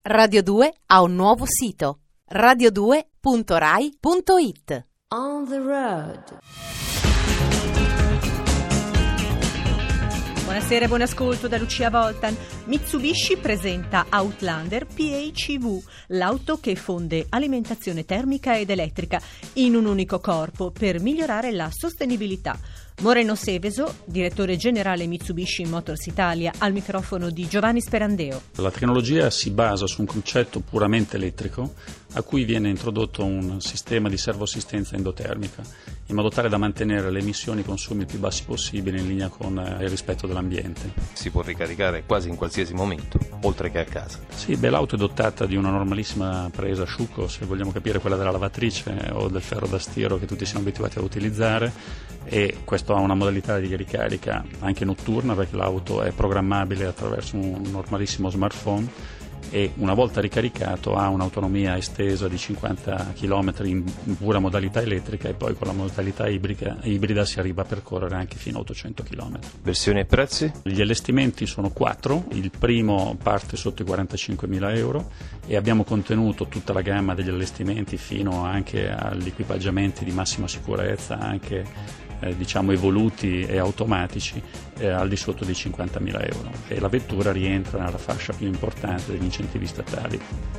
Radio 2 ha un nuovo sito: radio2.rai.it. On the road. Buonasera e buon ascolto da Lucia Voltan. Mitsubishi presenta Outlander PHEV, l'auto che fonde alimentazione termica ed elettrica in un unico corpo per migliorare la sostenibilità. Moreno Seveso, direttore generale Mitsubishi Motors Italia, al microfono di Giovanni Sperandeo. La tecnologia si basa su un concetto puramente elettrico a cui viene introdotto un sistema di servoassistenza endotermica in modo tale da mantenere le emissioni e i consumi più bassi possibili in linea con il rispetto dell'ambiente. Si può ricaricare quasi in qualsiasi momento, oltre che a casa. Sì, l'auto è dotata di una normalissima presa asciugo, se vogliamo capire quella della lavatrice o del ferro da stiro che tutti siamo abituati ad utilizzare, e questo ha una modalità di ricarica anche notturna perché l'auto è programmabile attraverso un normalissimo smartphone e una volta ricaricato ha un'autonomia estesa di 50 km in pura modalità elettrica e poi con la modalità ibrida si arriva a percorrere anche fino a 800 km. Versioni e prezzi? Gli allestimenti sono 4, il primo parte sotto i 45.000 euro e abbiamo contenuto tutta la gamma degli allestimenti fino anche agli equipaggiamenti di massima sicurezza, anche evoluti e automatici al di sotto dei 50.000 euro, e la vettura rientra nella fascia più importante degli incentivi statali.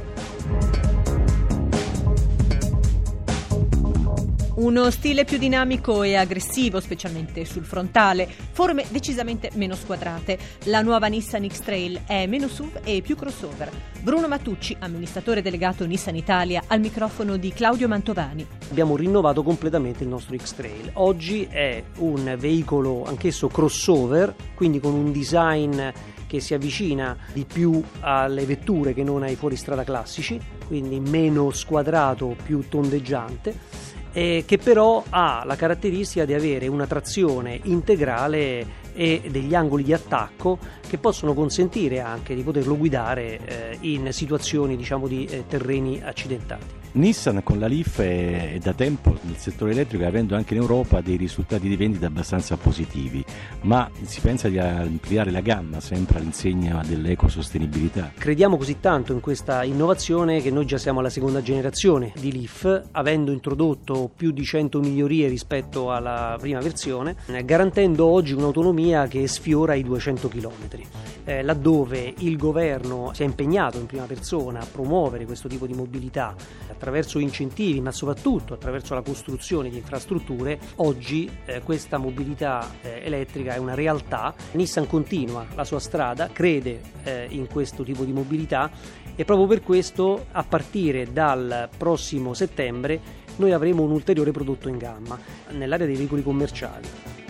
Uno stile più dinamico e aggressivo, specialmente sul frontale, forme decisamente meno squadrate. La nuova Nissan X-Trail è meno SUV e più crossover. Bruno Matucci, amministratore delegato Nissan Italia, al microfono di Claudio Mantovani. Abbiamo rinnovato completamente il nostro X-Trail. Oggi è un veicolo anch'esso crossover, quindi con un design che si avvicina di più alle vetture che non ai fuoristrada classici, quindi meno squadrato, più tondeggiante, che però ha la caratteristica di avere una trazione integrale e degli angoli di attacco che possono consentire anche di poterlo guidare in situazioni di terreni accidentati. Nissan con la Leaf è da tempo nel settore elettrico, avendo anche in Europa dei risultati di vendita abbastanza positivi, ma si pensa di ampliare la gamma sempre all'insegna dell'ecosostenibilità. Crediamo così tanto in questa innovazione che noi già siamo alla seconda generazione di Leaf, avendo introdotto più di 100 migliorie rispetto alla prima versione, garantendo oggi un'autonomia che sfiora i 200 km. Laddove il governo si è impegnato in prima persona a promuovere questo tipo di mobilità attraverso incentivi, ma soprattutto attraverso la costruzione di infrastrutture, oggi questa mobilità elettrica è una realtà. Nissan continua la sua strada, crede in questo tipo di mobilità e proprio per questo a partire dal prossimo settembre noi avremo un ulteriore prodotto in gamma nell'area dei veicoli commerciali.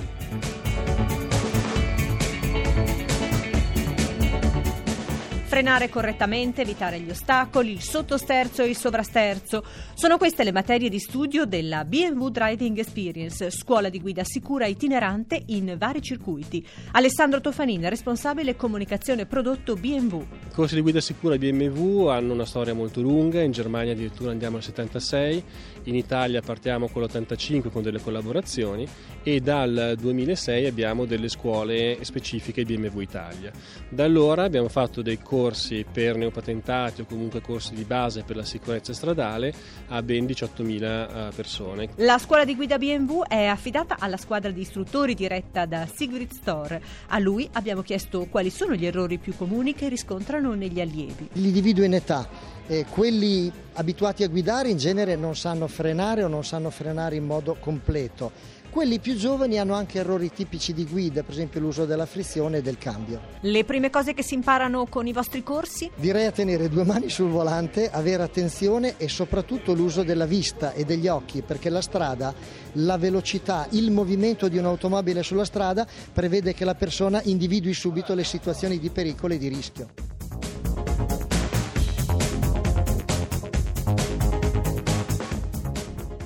Frenare correttamente, evitare gli ostacoli, il sottosterzo e il sovrasterzo. Sono queste le materie di studio della BMW Driving Experience, scuola di guida sicura itinerante in vari circuiti. Alessandro Tofanin, responsabile comunicazione prodotto BMW. I corsi di guida sicura BMW hanno una storia molto lunga, in Germania addirittura andiamo al 76, in Italia partiamo con l'85 con delle collaborazioni e dal 2006 abbiamo delle scuole specifiche di BMW Italia. Da allora abbiamo fatto dei corsi per neopatentati o comunque corsi di base per la sicurezza stradale a ben 18.000 persone. La scuola di guida BMW è affidata alla squadra di istruttori diretta da Sigrid Storr. A lui abbiamo chiesto quali sono gli errori più comuni che riscontrano negli allievi. Li divido in età. Quelli abituati a guidare in genere non sanno frenare o non sanno frenare in modo completo. Quelli più giovani hanno anche errori tipici di guida, per esempio l'uso della frizione e del cambio. Le prime cose che si imparano con i vostri corsi? Direi a tenere 2 mani sul volante, avere attenzione e soprattutto l'uso della vista e degli occhi, perché la strada, la velocità, il movimento di un'automobile sulla strada prevede che la persona individui subito le situazioni di pericolo e di rischio.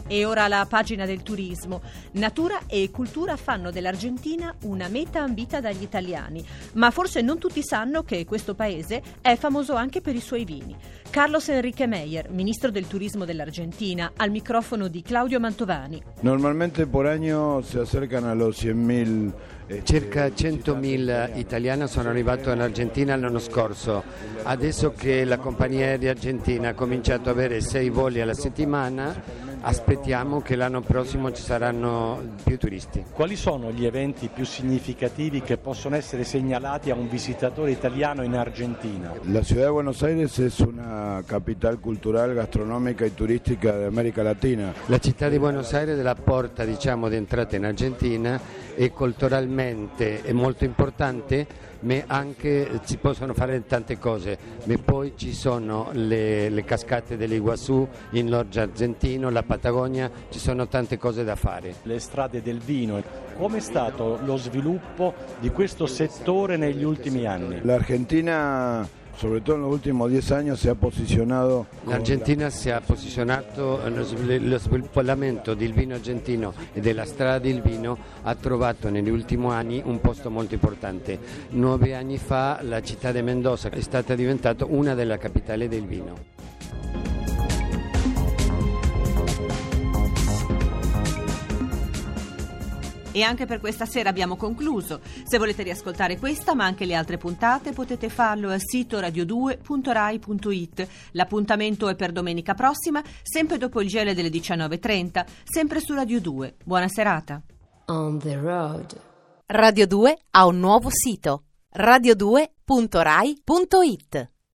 E ora la pagina del turismo. Natura e cultura fanno dell'Argentina una meta ambita dagli italiani, ma forse non tutti sanno che questo paese è famoso anche per i suoi vini. Carlos Enrique Meyer, ministro del turismo dell'Argentina, al microfono di Claudio Mantovani. Normalmente por año se acercan a los 100.000. Circa 100.000 italiani sono arrivati in Argentina l'anno scorso. Adesso che la compagnia aerea argentina ha cominciato ad avere 6 voli alla settimana, aspettiamo che l'anno prossimo ci saranno più turisti. Quali sono gli eventi più significativi che possono essere segnalati a un visitatore italiano in Argentina? La ciudad de Buenos Aires es una capital cultural, gastronómica y turística de América Latina. La città di Buenos Aires è la porta, d'entrata in Argentina e culturalmente è molto importante, ma anche si possono fare tante cose. Ma poi ci sono le cascate dell'Iguazú in Lorgia argentino, la Patagonia, ci sono tante cose da fare. Le strade del vino, come è stato lo sviluppo di questo settore negli ultimi anni? L'Argentina, sobre todo en los últimos 10 años, se ha posicionado. L'Argentina si è posizionato, lo sviluppo del vino argentino e della strada del vino ha trovato negli ultimi anni un posto molto importante. 9 anni fa la città di Mendoza è stata diventata una delle capitali del vino. E anche per questa sera abbiamo concluso. Se volete riascoltare questa ma anche le altre puntate potete farlo al sito radio2.rai.it. L'appuntamento è per domenica prossima, sempre dopo il GL delle 19.30, sempre su Radio 2. Buona serata. On the road. Radio 2 ha un nuovo sito: radio2.rai.it.